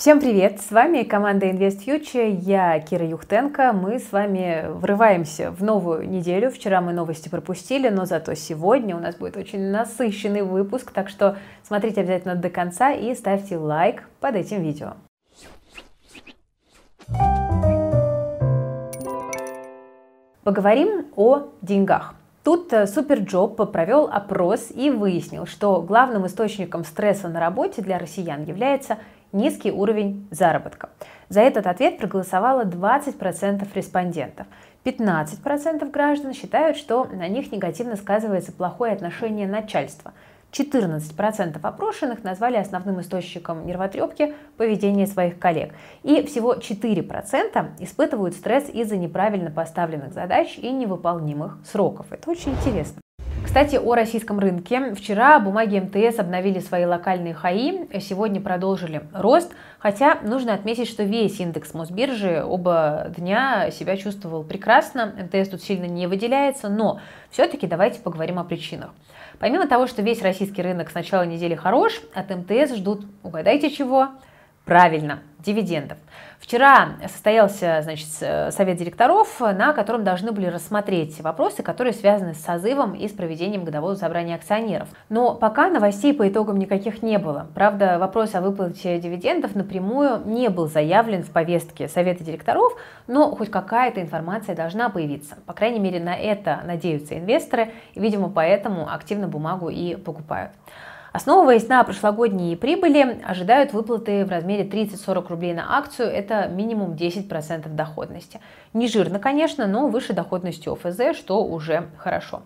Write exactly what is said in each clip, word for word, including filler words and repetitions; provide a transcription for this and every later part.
Всем привет! С вами команда InvestFuture, я Кира Юхтенко. Мы с вами врываемся в новую неделю. Вчера мы новости пропустили, но зато сегодня у нас будет очень насыщенный выпуск, так что смотрите обязательно до конца и ставьте лайк под этим видео. Поговорим о деньгах. Тут Суперджоп провел опрос и выяснил, что главным источником стресса на работе для россиян является низкий уровень заработка. За этот ответ проголосовало двадцать процентов респондентов. пятнадцать процентов граждан считают, что на них негативно сказывается плохое отношение начальства. четырнадцать процентов опрошенных назвали основным источником нервотрепки поведение своих коллег. И всего четыре процента испытывают стресс из-за неправильно поставленных задач и невыполнимых сроков. Это очень интересно. Кстати, о российском рынке. Вчера бумаги эм тэ эс обновили свои локальные хаи, сегодня продолжили рост, хотя нужно отметить, что весь индекс Мосбиржи оба дня себя чувствовал прекрасно, эм тэ эс тут сильно не выделяется, но все-таки давайте поговорим о причинах. Помимо того, что весь российский рынок с начала недели хорош, от эм тэ эс ждут, угадайте чего? Правильно, дивидендов. Вчера состоялся, значит, совет директоров, на котором должны были рассмотреть вопросы, которые связаны с созывом и с проведением годового собрания акционеров. Но пока новостей по итогам никаких не было. Правда, вопрос о выплате дивидендов напрямую не был заявлен в повестке совета директоров, но хоть какая-то информация должна появиться. По крайней мере, на это надеются инвесторы, и, видимо, поэтому активно бумагу и покупают. Основываясь на прошлогодней прибыли, ожидают выплаты в размере тридцать-сорок рублей на акцию, это минимум десять процентов доходности. Не жирно, конечно, но выше доходности о эф зэ, что уже хорошо.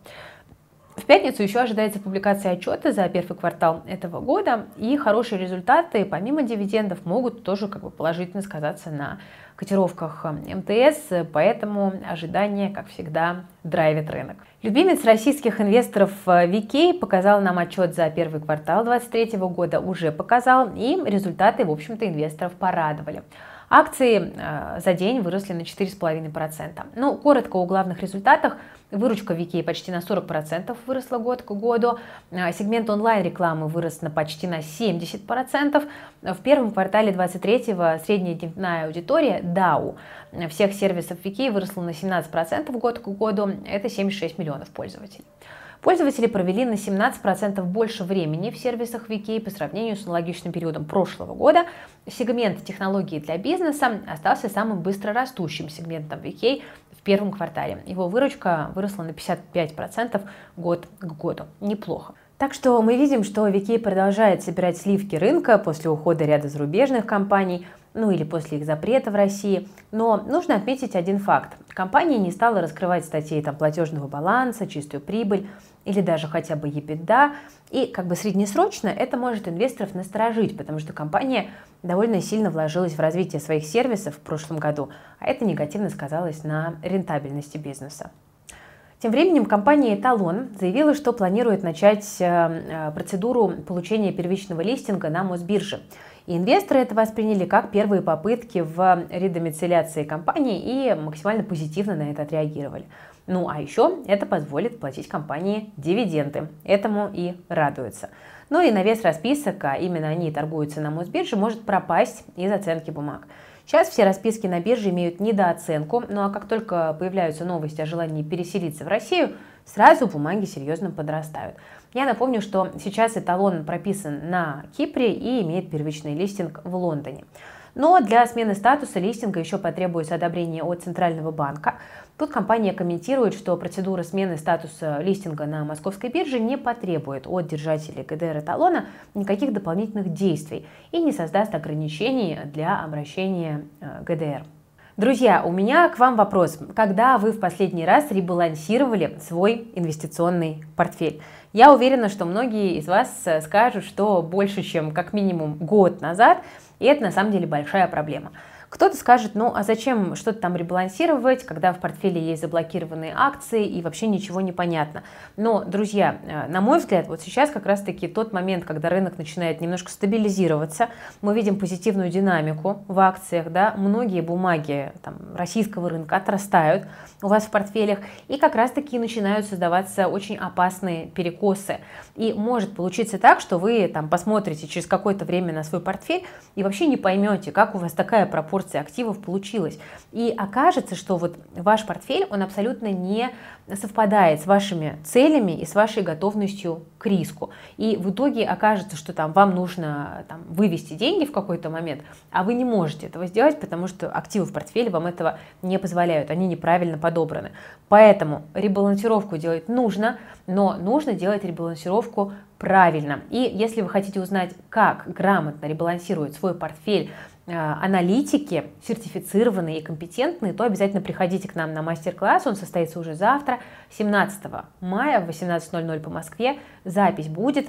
В пятницу еще ожидается публикация отчета за первый квартал этого года, и хорошие результаты, помимо дивидендов, могут тоже как бы положительно сказаться на котировках эм тэ эс, поэтому ожидания, как всегда, драйвит рынок. Любимец российских инвесторов ви кей показал нам отчет за первый квартал две тысячи двадцать третьего года, уже показал, и результаты, в общем-то, инвесторов порадовали. Акции э, за день выросли на четыре целых пять десятых процента. Ну, коротко о главных результатах. Выручка ви кей почти на сорок процентов выросла год к году. Сегмент онлайн-рекламы вырос на почти на семьдесят процентов. В первом квартале две тысячи двадцать третьего средняя дневная аудитория дау всех сервисов ви кей выросла на семнадцать процентов год к году. Это семьдесят шесть миллионов пользователей. Пользователи провели на семнадцать процентов больше времени в сервисах ви кей по сравнению с аналогичным периодом прошлого года. Сегмент технологий для бизнеса остался самым быстрорастущим сегментом ви кей в первом квартале. Его выручка выросла на пятьдесят пять процентов год к году. Неплохо. Так что мы видим, что ви кей продолжает собирать сливки рынка после ухода ряда зарубежных компаний, ну или после их запрета в России. Но нужно отметить один факт. Компания не стала раскрывать статьи там, платежного баланса, чистую прибыль или даже хотя бы EBITDA. И как бы среднесрочно это может инвесторов насторожить, потому что компания довольно сильно вложилась в развитие своих сервисов в прошлом году, а это негативно сказалось на рентабельности бизнеса. Тем временем компания Эталон заявила, что планирует начать процедуру получения первичного листинга на Мосбирже. И инвесторы это восприняли как первые попытки в редомицеляции компании и максимально позитивно на это отреагировали. Ну а еще это позволит платить компании дивиденды. Этому и радуются. Ну и на вес расписок, а именно они торгуются на Мосбирже, может пропасть из оценки бумаг. Сейчас все расписки на бирже имеют недооценку, ну а как только появляются новости о желании переселиться в Россию, сразу бумаги серьезно подрастают. Я напомню, что сейчас Эталон прописан на Кипре и имеет первичный листинг в Лондоне. Но для смены статуса листинга еще потребуется одобрение от Центрального банка. Тут компания комментирует, что процедура смены статуса листинга на московской бирже не потребует от держателей гэ дэ эр Эталона никаких дополнительных действий и не создаст ограничений для обращения гэ дэ эр. Друзья, у меня к вам вопрос. Когда вы в последний раз ребалансировали свой инвестиционный портфель? Я уверена, что многие из вас скажут, что больше, чем как минимум год назад, и это на самом деле большая проблема. Кто-то скажет, ну а зачем что-то там ребалансировать, когда в портфеле есть заблокированные акции и вообще ничего не понятно. Но, друзья, на мой взгляд, вот сейчас как раз-таки тот момент, когда рынок начинает немножко стабилизироваться, мы видим позитивную динамику в акциях, да, многие бумаги там, российского рынка отрастают у вас в портфелях, и как раз-таки начинают создаваться очень опасные перекосы. И может получиться так, что вы там посмотрите через какое-то время на свой портфель и вообще не поймете, как у вас такая пропорция активов получилась. И окажется, что вот ваш портфель, он абсолютно не совпадает с вашими целями и с вашей готовностью к риску. И в итоге окажется, что там вам нужно там, вывести деньги в какой-то момент, а вы не можете этого сделать, потому что активы в портфеле вам этого не позволяют, они неправильно подобраны. Поэтому ребалансировку делать нужно, но нужно делать ребалансировку правильно. И если вы хотите узнать, как грамотно ребалансировать свой портфель аналитики, сертифицированные и компетентные, то обязательно приходите к нам на мастер-класс, он состоится уже завтра, семнадцатого мая в восемнадцать ноль ноль по Москве, запись будет.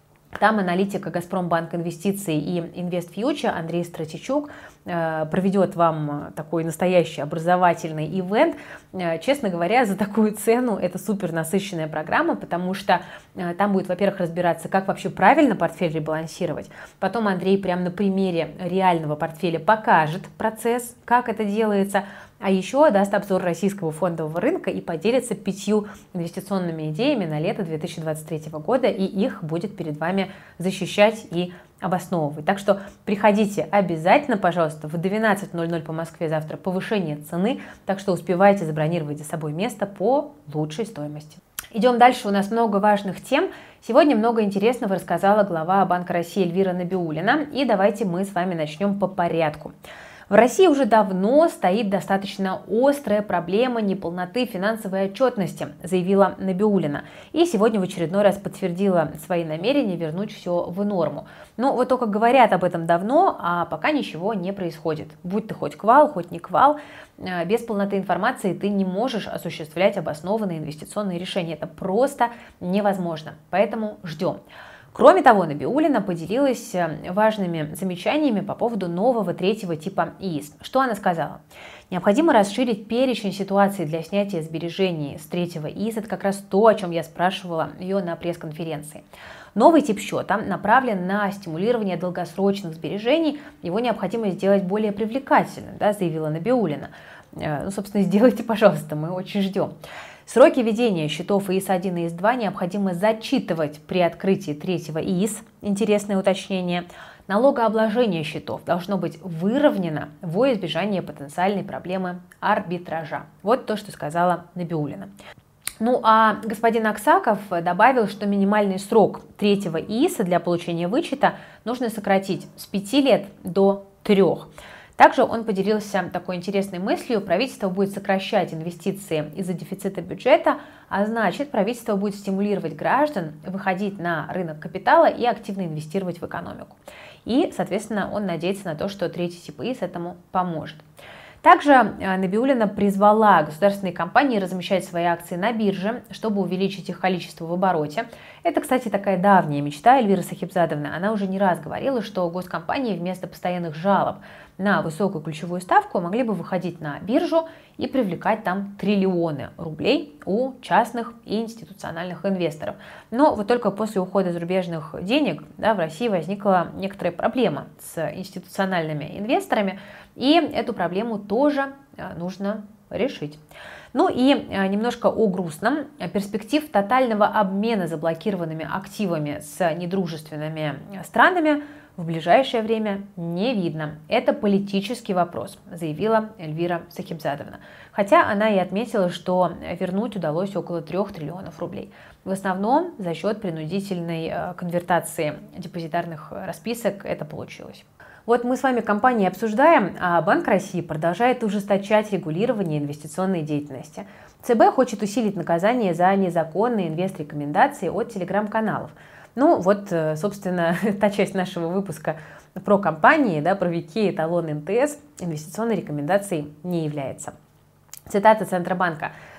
Там аналитика Газпромбанк Инвестиций и InvestFuture Андрей Стратичук э, проведет вам такой настоящий образовательный ивент. Э, честно говоря, за такую цену это супер насыщенная программа, потому что э, там будет, во-первых, разбираться, как вообще правильно портфель ребалансировать. Потом Андрей прямо на примере реального портфеля покажет процесс, как это делается. А еще даст обзор российского фондового рынка и поделится пятью инвестиционными идеями на лето две тысячи двадцать третьего года, и их будет перед вами защищать и обосновывать. Так что приходите обязательно, пожалуйста, в двенадцать ноль ноль по Москве завтра повышение цены, так что успевайте забронировать за собой место по лучшей стоимости. Идем дальше, у нас много важных тем. Сегодня много интересного рассказала глава Банка России Эльвира Набиуллина, и давайте мы с вами начнем по порядку. В России уже давно стоит достаточно острая проблема неполноты финансовой отчетности, заявила Набиуллина. И сегодня в очередной раз подтвердила свои намерения вернуть все в норму. Но вот только говорят об этом давно, а пока ничего не происходит. Будь ты хоть квал, хоть не квал, без полноты информации ты не можешь осуществлять обоснованные инвестиционные решения. Это просто невозможно. Поэтому ждем. Кроме того, Набиуллина поделилась важными замечаниями по поводу нового третьего типа ИИС. Что она сказала? Необходимо расширить перечень ситуаций для снятия сбережений с третьего ИИС. Это как раз то, о чем я спрашивала ее на пресс-конференции. Новый тип счета направлен на стимулирование долгосрочных сбережений. Его необходимо сделать более привлекательным, да, заявила Набиуллина. Ну, собственно, сделайте, пожалуйста, мы очень ждем. Сроки ведения счетов ИИС один и ИИС два необходимо зачитывать при открытии третьего ИИС. Интересное уточнение. Налогообложение счетов должно быть выровнено во избежание потенциальной проблемы арбитража. Вот то, что сказала Набиуллина. Ну а господин Аксаков добавил, что минимальный срок третьего ИИСа для получения вычета нужно сократить с пяти лет до трех. Также он поделился такой интересной мыслью: правительство будет сокращать инвестиции из-за дефицита бюджета, а значит, правительство будет стимулировать граждан выходить на рынок капитала и активно инвестировать в экономику. И, соответственно, он надеется на то, что третий тип ИИС этому поможет. Также Набиуллина призвала государственные компании размещать свои акции на бирже, чтобы увеличить их количество в обороте. Это, кстати, такая давняя мечта Эльвиры Сахибзадовны. Она уже не раз говорила, что госкомпании вместо постоянных жалоб на высокую ключевую ставку могли бы выходить на биржу и привлекать там триллионы рублей у частных и институциональных инвесторов. Но вот только после ухода зарубежных денег, да, в России возникла некоторая проблема с институциональными инвесторами, и эту проблему тоже нужно решить. Ну и немножко о грустном. Перспектив тотального обмена заблокированными активами с недружественными странами в ближайшее время не видно. Это политический вопрос, заявила Эльвира Сахибзадовна. Хотя она и отметила, что вернуть удалось около трех триллионов рублей. В основном за счет принудительной конвертации депозитарных расписок это получилось. Вот мы с вами компании обсуждаем, а Банк России продолжает ужесточать регулирование инвестиционной деятельности. ЦБ хочет усилить наказание за незаконные инвест-рекомендации от телеграм-каналов. Ну вот, собственно, та часть нашего выпуска про компании, да, про ВИКе, эталон эн тэ эс инвестиционной рекомендацией не является. Цитата Центробанка.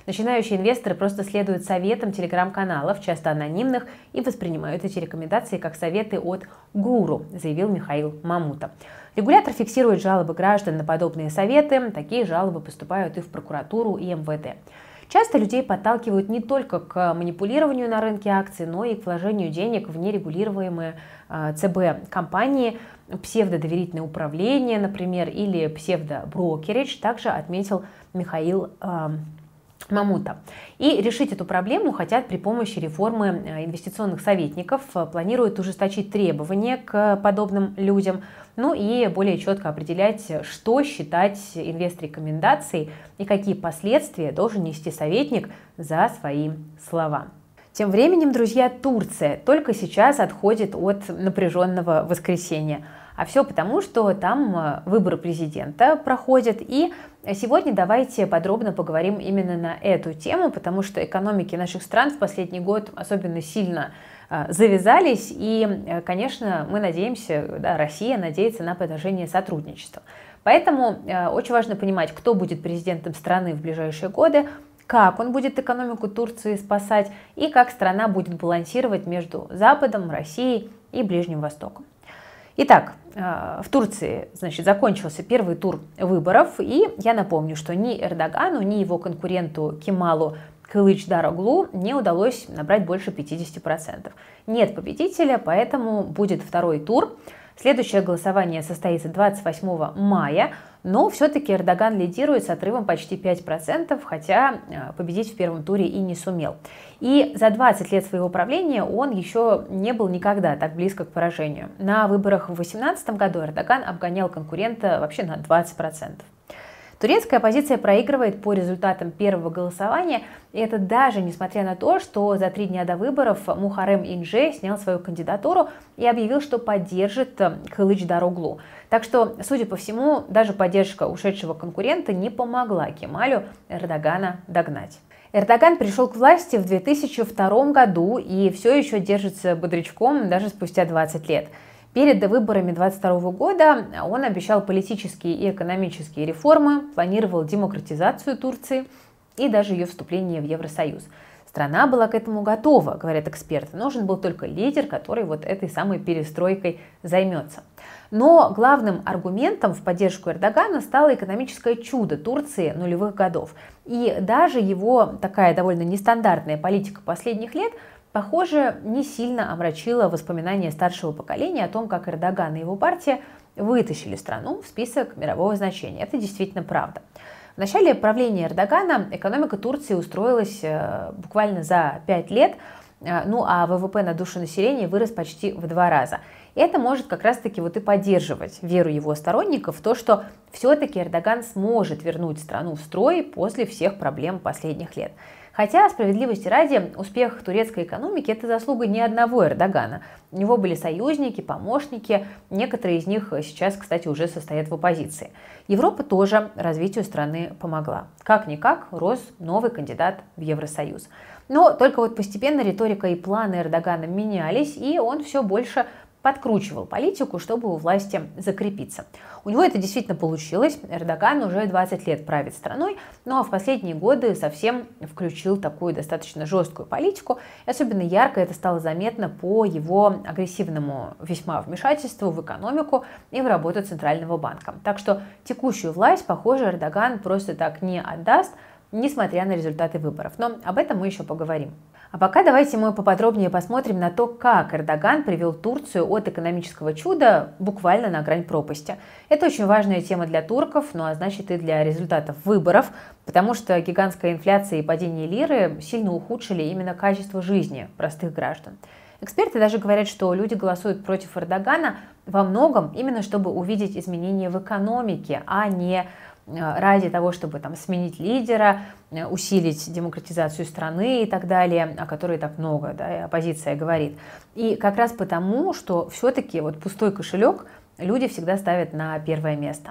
Начинающие инвесторы просто следуют советам телеграм-каналов, часто анонимных, и воспринимают эти рекомендации как советы от гуру, заявил Михаил Мамута. Регулятор фиксирует жалобы граждан на подобные советы. Такие жалобы поступают и в прокуратуру, и эм вэ дэ. Часто людей подталкивают не только к манипулированию на рынке акций, но и к вложению денег в нерегулируемые цэ бэ компании, псевдодоверительное управление, например, или псевдоброкеридж, также отметил Михаил э, Мамута. И решить эту проблему хотят при помощи реформы инвестиционных советников, планируют ужесточить требования к подобным людям, ну и более четко определять, что считать инвест-рекомендацией и какие последствия должен нести советник за свои слова. Тем временем, друзья, Турция только сейчас отходит от напряженного воскресенья. А все потому, что там выборы президента проходят. И сегодня давайте подробно поговорим именно на эту тему, потому что экономики наших стран в последний год особенно сильно завязались. И, конечно, мы надеемся, да, Россия надеется на продолжение сотрудничества. Поэтому очень важно понимать, кто будет президентом страны в ближайшие годы, как он будет экономику Турции спасать и как страна будет балансировать между Западом, Россией и Ближним Востоком. Итак, в Турции, значит, закончился первый тур выборов, и я напомню, что ни Эрдогану, ни его конкуренту Кемалу Кылычдароглу не удалось набрать больше пятидесяти процентов. Нет победителя, поэтому будет второй тур. Следующее голосование состоится двадцать восьмого мая, но все-таки Эрдоган лидирует с отрывом почти пять процентов, хотя победить в первом туре и не сумел. И за двадцать лет своего правления он еще не был никогда так близко к поражению. На выборах в две тысячи восемнадцатом году Эрдоган обгонял конкурента вообще на двадцать процентов. Турецкая оппозиция проигрывает по результатам первого голосования, и это даже несмотря на то, что за три дня до выборов Мухаррем Инже снял свою кандидатуру и объявил, что поддержит Кылычдароглу. Так что, судя по всему, даже поддержка ушедшего конкурента не помогла Кемалю Эрдогана догнать. Эрдоган пришел к власти в две тысячи втором году и все еще держится бодрячком даже спустя двадцать лет. Перед выборами две тысячи двадцать второго года он обещал политические и экономические реформы, планировал демократизацию Турции и даже ее вступление в Евросоюз. Страна была к этому готова, говорят эксперты. Нужен был только лидер, который вот этой самой перестройкой займется. Но главным аргументом в поддержку Эрдогана стало экономическое чудо Турции нулевых годов. И даже его такая довольно нестандартная политика последних лет, похоже, не сильно омрачила воспоминания старшего поколения о том, как Эрдоган и его партия вытащили страну в список мирового значения. Это действительно правда. В начале правления Эрдогана экономика Турции устроилась буквально за пять лет, ну а вэ вэ пэ на душу населения вырос почти в два раза. Это может как раз-таки вот и поддерживать веру его сторонников в то, что все-таки Эрдоган сможет вернуть страну в строй после всех проблем последних лет. Хотя, справедливости ради, успех турецкой экономики – это заслуга не одного Эрдогана. У него были союзники, помощники, некоторые из них сейчас, кстати, уже состоят в оппозиции. Европа тоже развитию страны помогла. Как-никак рос новый кандидат в Евросоюз. Но только вот постепенно риторика и планы Эрдогана менялись, и он все больше подкручивал политику, чтобы у власти закрепиться. У него это действительно получилось. Эрдоган уже двадцать лет правит страной, ну а в последние годы совсем включил такую достаточно жесткую политику. И особенно ярко это стало заметно по его агрессивному весьма вмешательству в экономику и в работу Центрального банка. Так что текущую власть, похоже, Эрдоган просто так не отдаст, несмотря на результаты выборов. Но об этом мы еще поговорим. А пока давайте мы поподробнее посмотрим на то, как Эрдоган привел Турцию от экономического чуда буквально на грань пропасти. Это очень важная тема для турков, ну а значит и для результатов выборов, потому что гигантская инфляция и падение лиры сильно ухудшили именно качество жизни простых граждан. Эксперты даже говорят, что люди голосуют против Эрдогана во многом именно чтобы увидеть изменения в экономике, а не ради того, чтобы там сменить лидера, усилить демократизацию страны и так далее, о которой так много, да, и оппозиция говорит. И как раз потому, что все-таки вот пустой кошелек люди всегда ставят на первое место.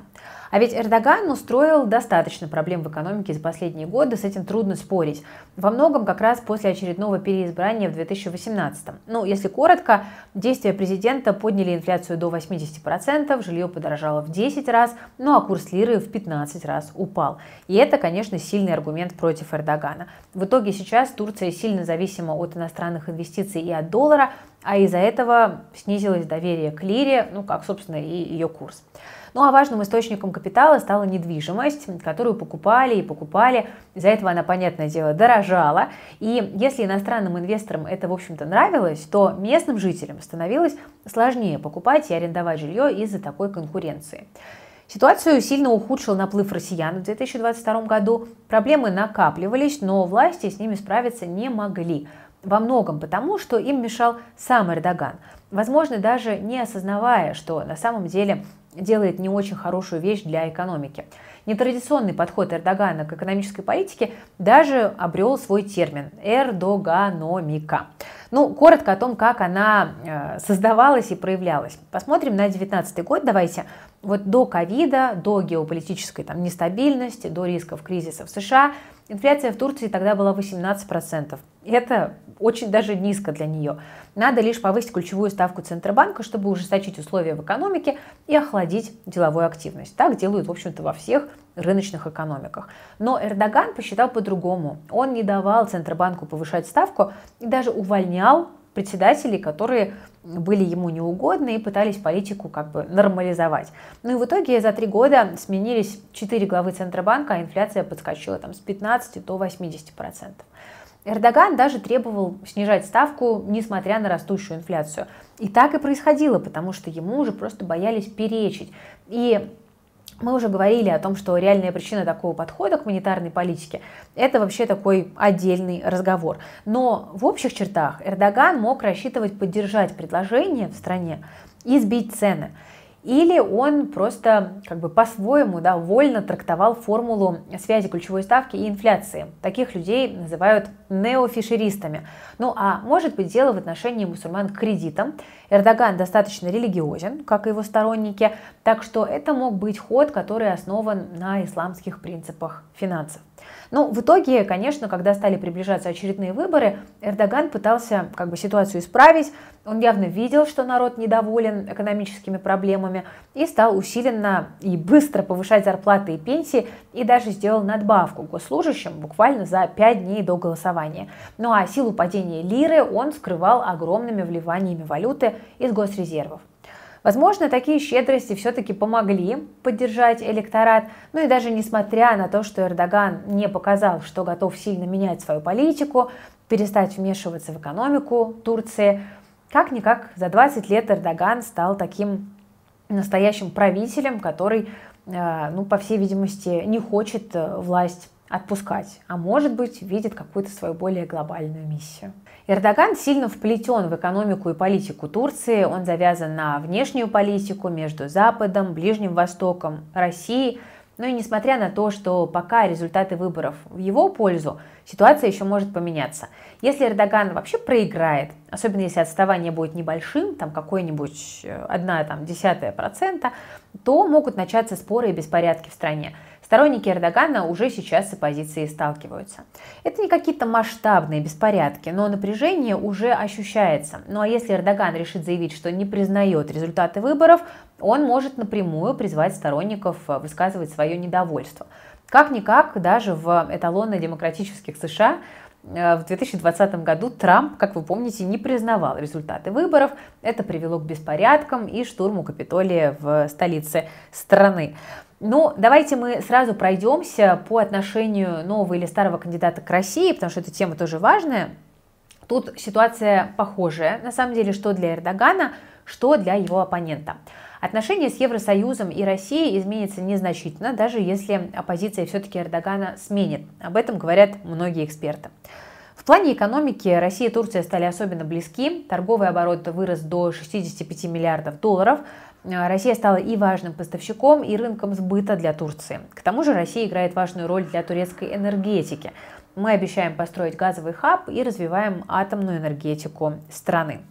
А ведь Эрдоган устроил достаточно проблем в экономике за последние годы, с этим трудно спорить. Во многом как раз после очередного переизбрания в две тысячи восемнадцатом. Ну, если коротко, действия президента подняли инфляцию до восьмидесяти процентов, жилье подорожало в десять раз, ну а курс лиры в пятнадцать раз упал. И это, конечно, сильный аргумент против Эрдогана. В итоге сейчас Турция сильно зависима от иностранных инвестиций и от доллара, а из-за этого снизилось доверие к лире, ну как, собственно, и ее курс. Ну а важным источником капитала стала недвижимость, которую покупали и покупали. Из-за этого она, понятное дело, дорожала. И если иностранным инвесторам это, в общем-то, нравилось, то местным жителям становилось сложнее покупать и арендовать жилье из-за такой конкуренции. Ситуацию сильно ухудшил наплыв россиян в две тысячи двадцать втором году. Проблемы накапливались, но власти с ними справиться не могли. Во многом потому, что им мешал сам Эрдоган. Возможно, даже не осознавая, что на самом деле делает не очень хорошую вещь для экономики. Нетрадиционный подход Эрдогана к экономической политике даже обрел свой термин – эрдоганомика. Ну, коротко о том, как она создавалась и проявлялась. Посмотрим на две тысячи девятнадцатый год, давайте. Вот до ковида, до геополитической там, нестабильности, до рисков кризиса в США инфляция в Турции тогда была восемнадцать процентов. Это очень даже низко для нее. Надо лишь повысить ключевую ставку Центробанка, чтобы ужесточить условия в экономике и охладить деловую активность. Так делают, в общем-то, во всех рыночных экономиках. Но Эрдоган посчитал по-другому. Он не давал Центробанку повышать ставку и даже увольнял председателей, которые были ему неугодны и пытались политику как бы нормализовать. Ну и в итоге за три года сменились четыре главы Центробанка, а инфляция подскочила там, с пятнадцати до восьмидесяти процентов. Эрдоган даже требовал снижать ставку, несмотря на растущую инфляцию. И так и происходило, потому что ему уже просто боялись перечить. И мы уже говорили о том, что реальная причина такого подхода к монетарной политике – это вообще такой отдельный разговор. Но в общих чертах Эрдоган мог рассчитывать поддержать предложение в стране и сбить цены. Или он просто как бы по-своему, да, вольно трактовал формулу связи ключевой ставки и инфляции. Таких людей называют неофишеристами. Ну а может быть дело в отношении мусульман к кредитам. Эрдоган достаточно религиозен, как и его сторонники, так что это мог быть ход, который основан на исламских принципах финансов. Ну, в итоге, конечно, когда стали приближаться очередные выборы, Эрдоган пытался как бы ситуацию исправить. Он явно видел, что народ недоволен экономическими проблемами и стал усиленно и быстро повышать зарплаты и пенсии, и даже сделал надбавку госслужащим буквально за пять дней до голосования. Ну а силу падения лиры он скрывал огромными вливаниями валюты из госрезервов. Возможно, такие щедрости все-таки помогли поддержать электорат, ну и даже несмотря на то, что Эрдоган не показал, что готов сильно менять свою политику, перестать вмешиваться в экономику Турции, как-никак за двадцать лет Эрдоган стал таким настоящим правителем, который, ну, по всей видимости, не хочет власть отпускать, а может быть, видит какую-то свою более глобальную миссию. Эрдоган сильно вплетен в экономику и политику Турции, он завязан на внешнюю политику между Западом, Ближним Востоком, Россией. Ну и несмотря на то, что пока результаты выборов в его пользу, ситуация еще может поменяться. Если Эрдоган вообще проиграет, особенно если отставание будет небольшим, там какой-нибудь одна десятая процента, то могут начаться споры и беспорядки в стране. Сторонники Эрдогана уже сейчас с оппозицией сталкиваются. Это не какие-то масштабные беспорядки, но напряжение уже ощущается. Ну а если Эрдоган решит заявить, что не признает результаты выборов, он может напрямую призвать сторонников высказывать свое недовольство. Как-никак, даже в эталонно-демократических США в две тысячи двадцатом году Трамп, как вы помните, не признавал результаты выборов. Это привело к беспорядкам и штурму Капитолия в столице страны. Ну, давайте мы сразу пройдемся по отношению нового или старого кандидата к России, потому что эта тема тоже важная. Тут ситуация похожая, на самом деле, что для Эрдогана, что для его оппонента. Отношения с Евросоюзом и Россией изменятся незначительно, даже если оппозиция все-таки Эрдогана сменит. Об этом говорят многие эксперты. В плане экономики Россия и Турция стали особенно близки. Торговый оборот вырос до шестидесяти пяти миллиардов долларов. Россия стала и важным поставщиком, и рынком сбыта для Турции. К тому же Россия играет важную роль для турецкой энергетики. Мы обещаем построить газовый хаб и развиваем атомную энергетику страны.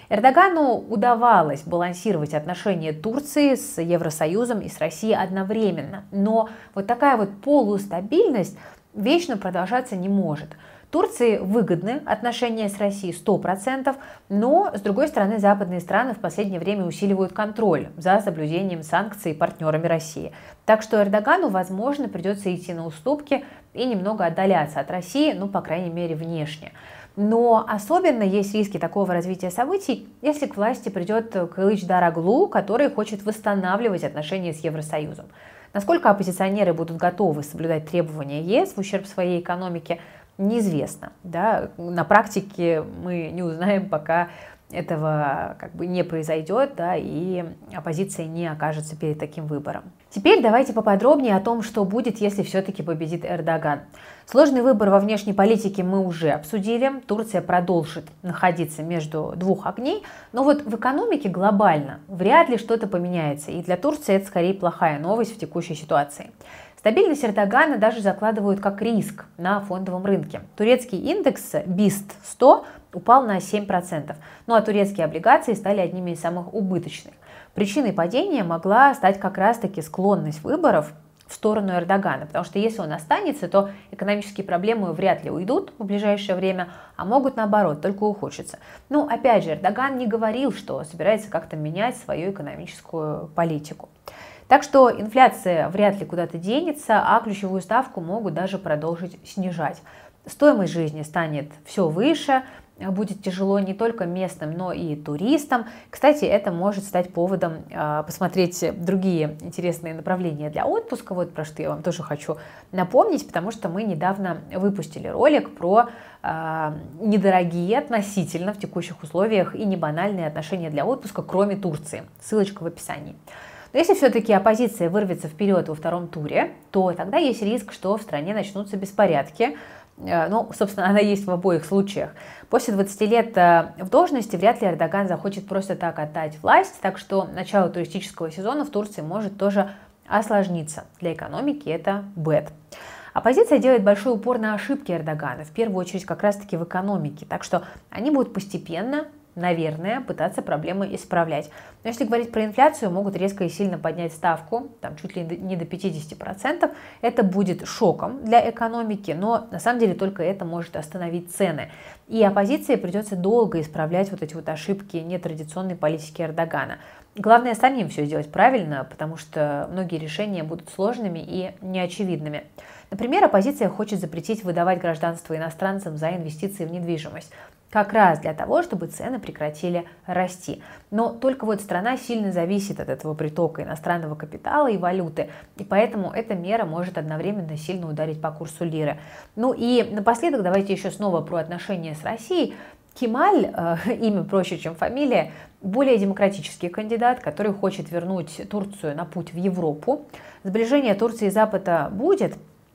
Эрдогану удавалось балансировать отношения Турции с Евросоюзом и с Россией одновременно, но вот такая вот полустабильность вечно продолжаться не может. Турции выгодны отношения с Россией сто процентов, но, с другой стороны, западные страны в последнее время усиливают контроль за соблюдением санкций партнерами России. Так что Эрдогану, возможно, придется идти на уступки и немного отдаляться от России, ну, по крайней мере, внешне. Но особенно есть риски такого развития событий, если к власти придет Кылыч Дароглу, который хочет восстанавливать отношения с Евросоюзом. Насколько оппозиционеры будут готовы соблюдать требования ЕС в ущерб своей экономике, неизвестно. Да? На практике мы не узнаем, пока этого как бы не произойдет, да, и оппозиция не окажется перед таким выбором. Теперь давайте поподробнее о том, что будет, если все-таки победит Эрдоган. Сложный выбор во внешней политике мы уже обсудили. Турция продолжит находиться между двух огней, но вот в экономике глобально вряд ли что-то поменяется, и для Турции это скорее плохая новость в текущей ситуации. Стабильность Эрдогана даже закладывают как риск на фондовом рынке. Турецкий индекс бист сто упал на семь процентов, ну а турецкие облигации стали одними из самых убыточных. Причиной падения могла стать как раз-таки склонность выборов в сторону Эрдогана, потому что если он останется, то экономические проблемы вряд ли уйдут в ближайшее время, а могут наоборот, только ухудшиться. Ну, опять же, Эрдоган не говорил, что собирается как-то менять свою экономическую политику. Так что инфляция вряд ли куда-то денется, а ключевую ставку могут даже продолжить снижать. Стоимость жизни станет все выше, будет тяжело не только местным, но и туристам. Кстати, это может стать поводом э, посмотреть другие интересные направления для отпуска, вот про что я вам тоже хочу напомнить, потому что мы недавно выпустили ролик про э, недорогие относительно в текущих условиях и небанальные отношения для отпуска, кроме Турции. Ссылочка в описании. Но если все-таки оппозиция вырвется вперед во втором туре, то тогда есть риск, что в стране начнутся беспорядки. Ну, собственно, она есть в обоих случаях. После двадцати лет в должности вряд ли Эрдоган захочет просто так отдать власть, так что начало туристического сезона в Турции может тоже осложниться. Для экономики это бэд. Оппозиция делает большой упор на ошибки Эрдогана, в первую очередь как раз-таки в экономике, так что они будут постепенно, наверное, пытаться проблемы исправлять. Но если говорить про инфляцию, могут резко и сильно поднять ставку, там чуть ли не до пятидесяти процентов. Это будет шоком для экономики, но на самом деле только это может остановить цены. И оппозиции придется долго исправлять вот эти вот ошибки нетрадиционной политики Эрдогана. Главное самим все сделать правильно, потому что многие решения будут сложными и неочевидными. Например, оппозиция хочет запретить выдавать гражданство иностранцам за инвестиции в недвижимость. Как раз для того, чтобы цены прекратили расти. Но только вот страна сильно зависит от этого притока иностранного капитала и валюты, и поэтому эта мера может одновременно сильно ударить по курсу лиры. Ну и напоследок давайте еще снова про отношения с Россией. Кемаль, э, имя проще, чем фамилия, более демократический кандидат, который хочет вернуть Турцию на путь в Европу. Сближение Турции и Запада будет.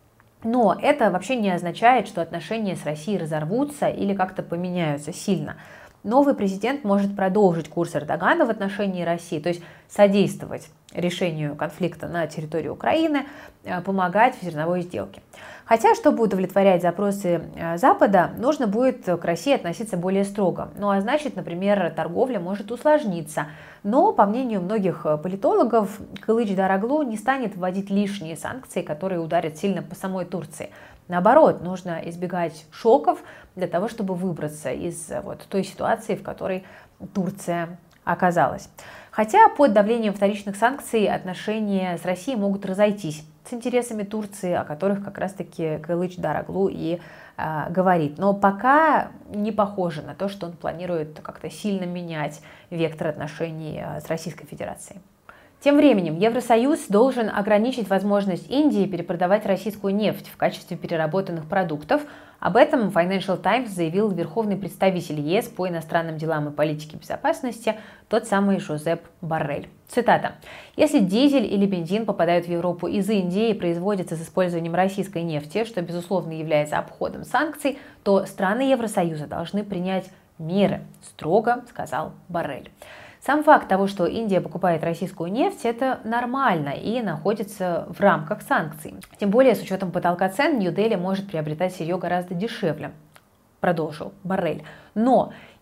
Но это вообще не означает, что отношения с Россией разорвутся или как-то поменяются сильно. Новый президент может продолжить курс Эрдогана в отношении России, то есть содействовать решению конфликта на территории Украины, помогать в зерновой сделке. Хотя, чтобы удовлетворять запросы Запада, нужно будет к России относиться более строго. Ну а значит, например, торговля может усложниться. Но, по мнению многих политологов, Кылыч Дароглу не станет вводить лишние санкции, которые ударят сильно по самой Турции. Наоборот, нужно избегать шоков для того, чтобы выбраться из вот той ситуации, в которой Турция оказалась. Хотя под давлением вторичных санкций отношения с Россией могут разойтись с интересами Турции, о которых как раз-таки Кылыч Дароглу и э, говорит. Но пока не похоже на то, что он планирует как-то сильно менять вектор отношений э, с Российской Федерацией. Тем временем Евросоюз должен ограничить возможность Индии перепродавать российскую нефть в качестве переработанных продуктов. Об этом Financial Times заявил верховный представитель ЕС по иностранным делам и политике безопасности, тот самый Жозеп Боррель. Цитата. «Если дизель или бензин попадают в Европу из Индии и производятся с использованием российской нефти, что, безусловно, является обходом санкций, то страны Евросоюза должны принять меры», строго сказал Боррель. Сам факт того, что Индия покупает российскую нефть, это нормально и находится в рамках санкций. Тем более, с учетом потолка цен, Нью-Дели может приобретать сырье гораздо дешевле, продолжил Боррель. Но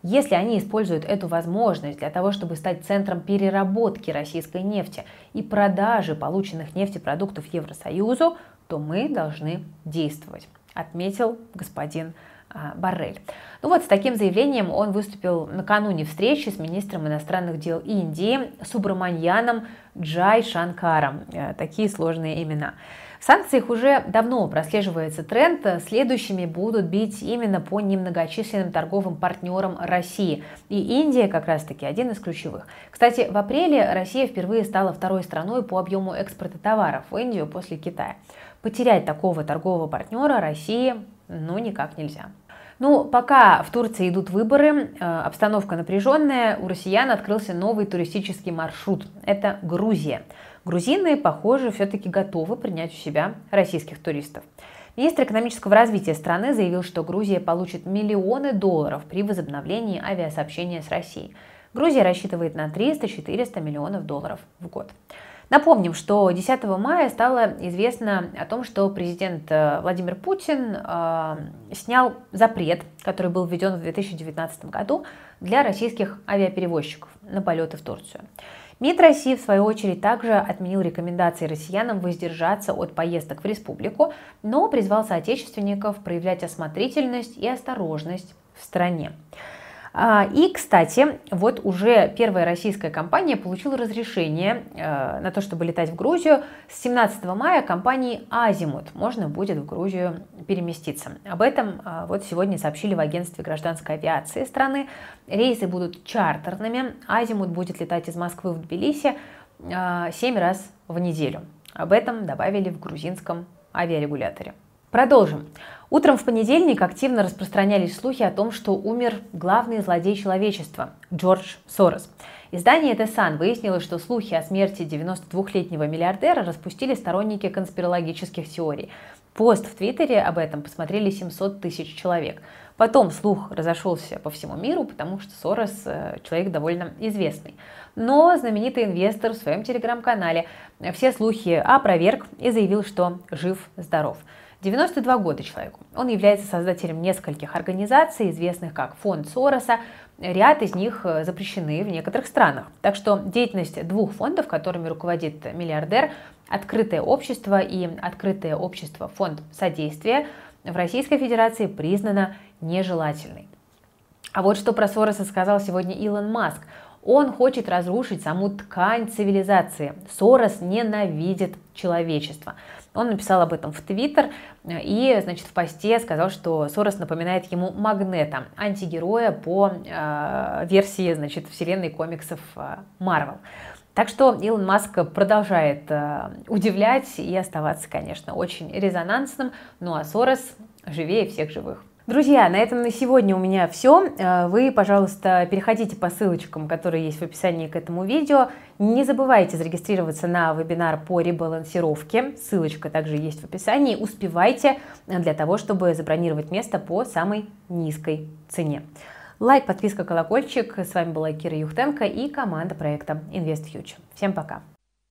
Если они используют эту возможность для того, чтобы стать центром переработки российской нефти и продажи полученных нефтепродуктов Евросоюзу, то мы должны действовать, отметил господин Боррель. Ну вот с таким заявлением он выступил накануне встречи с министром иностранных дел Индии Субраманьяном Джайшанкаром. Такие сложные имена. В санкциях уже давно прослеживается тренд. Следующими будут бить именно по немногочисленным торговым партнерам России. И Индия как раз-таки один из ключевых. Кстати, в апреле Россия впервые стала второй страной по объему экспорта товаров в Индию после Китая. Потерять такого торгового партнера России ну никак нельзя. Ну, пока в Турции идут выборы, обстановка напряженная, у россиян открылся новый туристический маршрут. Это Грузия. Грузины, похоже, все-таки готовы принять у себя российских туристов. Министр экономического развития страны заявил, что Грузия получит миллионы долларов при возобновлении авиасообщения с Россией. Грузия рассчитывает на триста-четыреста миллионов долларов в год. Напомним, что десятого мая стало известно о том, что президент Владимир Путин э, снял запрет, который был введен в две тысячи девятнадцатом году для российских авиаперевозчиков на полеты в Турцию. МИД России, в свою очередь, также отменил рекомендации россиянам воздержаться от поездок в республику, но призвал соотечественников проявлять осмотрительность и осторожность в стране. И, кстати, вот уже первая российская компания получила разрешение на то, чтобы летать в Грузию. С семнадцатого мая компании «Азимут» можно будет в Грузию переместиться. Об этом вот сегодня сообщили в агентстве гражданской авиации страны. Рейсы будут чартерными. «Азимут» будет летать из Москвы в Тбилиси семь раз в неделю. Об этом добавили в грузинском авиарегуляторе. Продолжим. Утром в понедельник активно распространялись слухи о том, что умер главный злодей человечества – Джордж Сорос. Издание The Sun выяснило, что слухи о смерти девяностодвухлетнего миллиардера распустили сторонники конспирологических теорий. Пост в Твиттере об этом посмотрели семьсот тысяч человек. Потом слух разошелся по всему миру, потому что Сорос – человек довольно известный. Но знаменитый инвестор в своем телеграм-канале все слухи опроверг и заявил, что жив-здоров. девяносто два года человеку. Он является создателем нескольких организаций, известных как Фонд Сороса. Ряд из них запрещены в некоторых странах. Так что деятельность двух фондов, которыми руководит миллиардер, «Открытое общество» и «Открытое общество. Фонд содействия», в Российской Федерации признана нежелательной. А вот что про Сороса сказал сегодня Илон Маск. Он хочет разрушить саму ткань цивилизации. Сорос ненавидит человечество. Он написал об этом в Твиттер и, значит, в посте сказал, что Сорос напоминает ему Магнета, антигероя по э, версии, значит, вселенной комиксов Марвел. Так что Илон Маск продолжает э, удивлять и оставаться, конечно, очень резонансным. Ну а Сорос живее всех живых. Друзья, на этом на сегодня у меня все. Вы, пожалуйста, переходите по ссылочкам, которые есть в описании к этому видео. Не забывайте зарегистрироваться на вебинар по ребалансировке. Ссылочка также есть в описании. Успевайте для того, чтобы забронировать место по самой низкой цене. Лайк, подписка, колокольчик. С вами была Кира Юхтенко и команда проекта InvestFuture. Всем пока!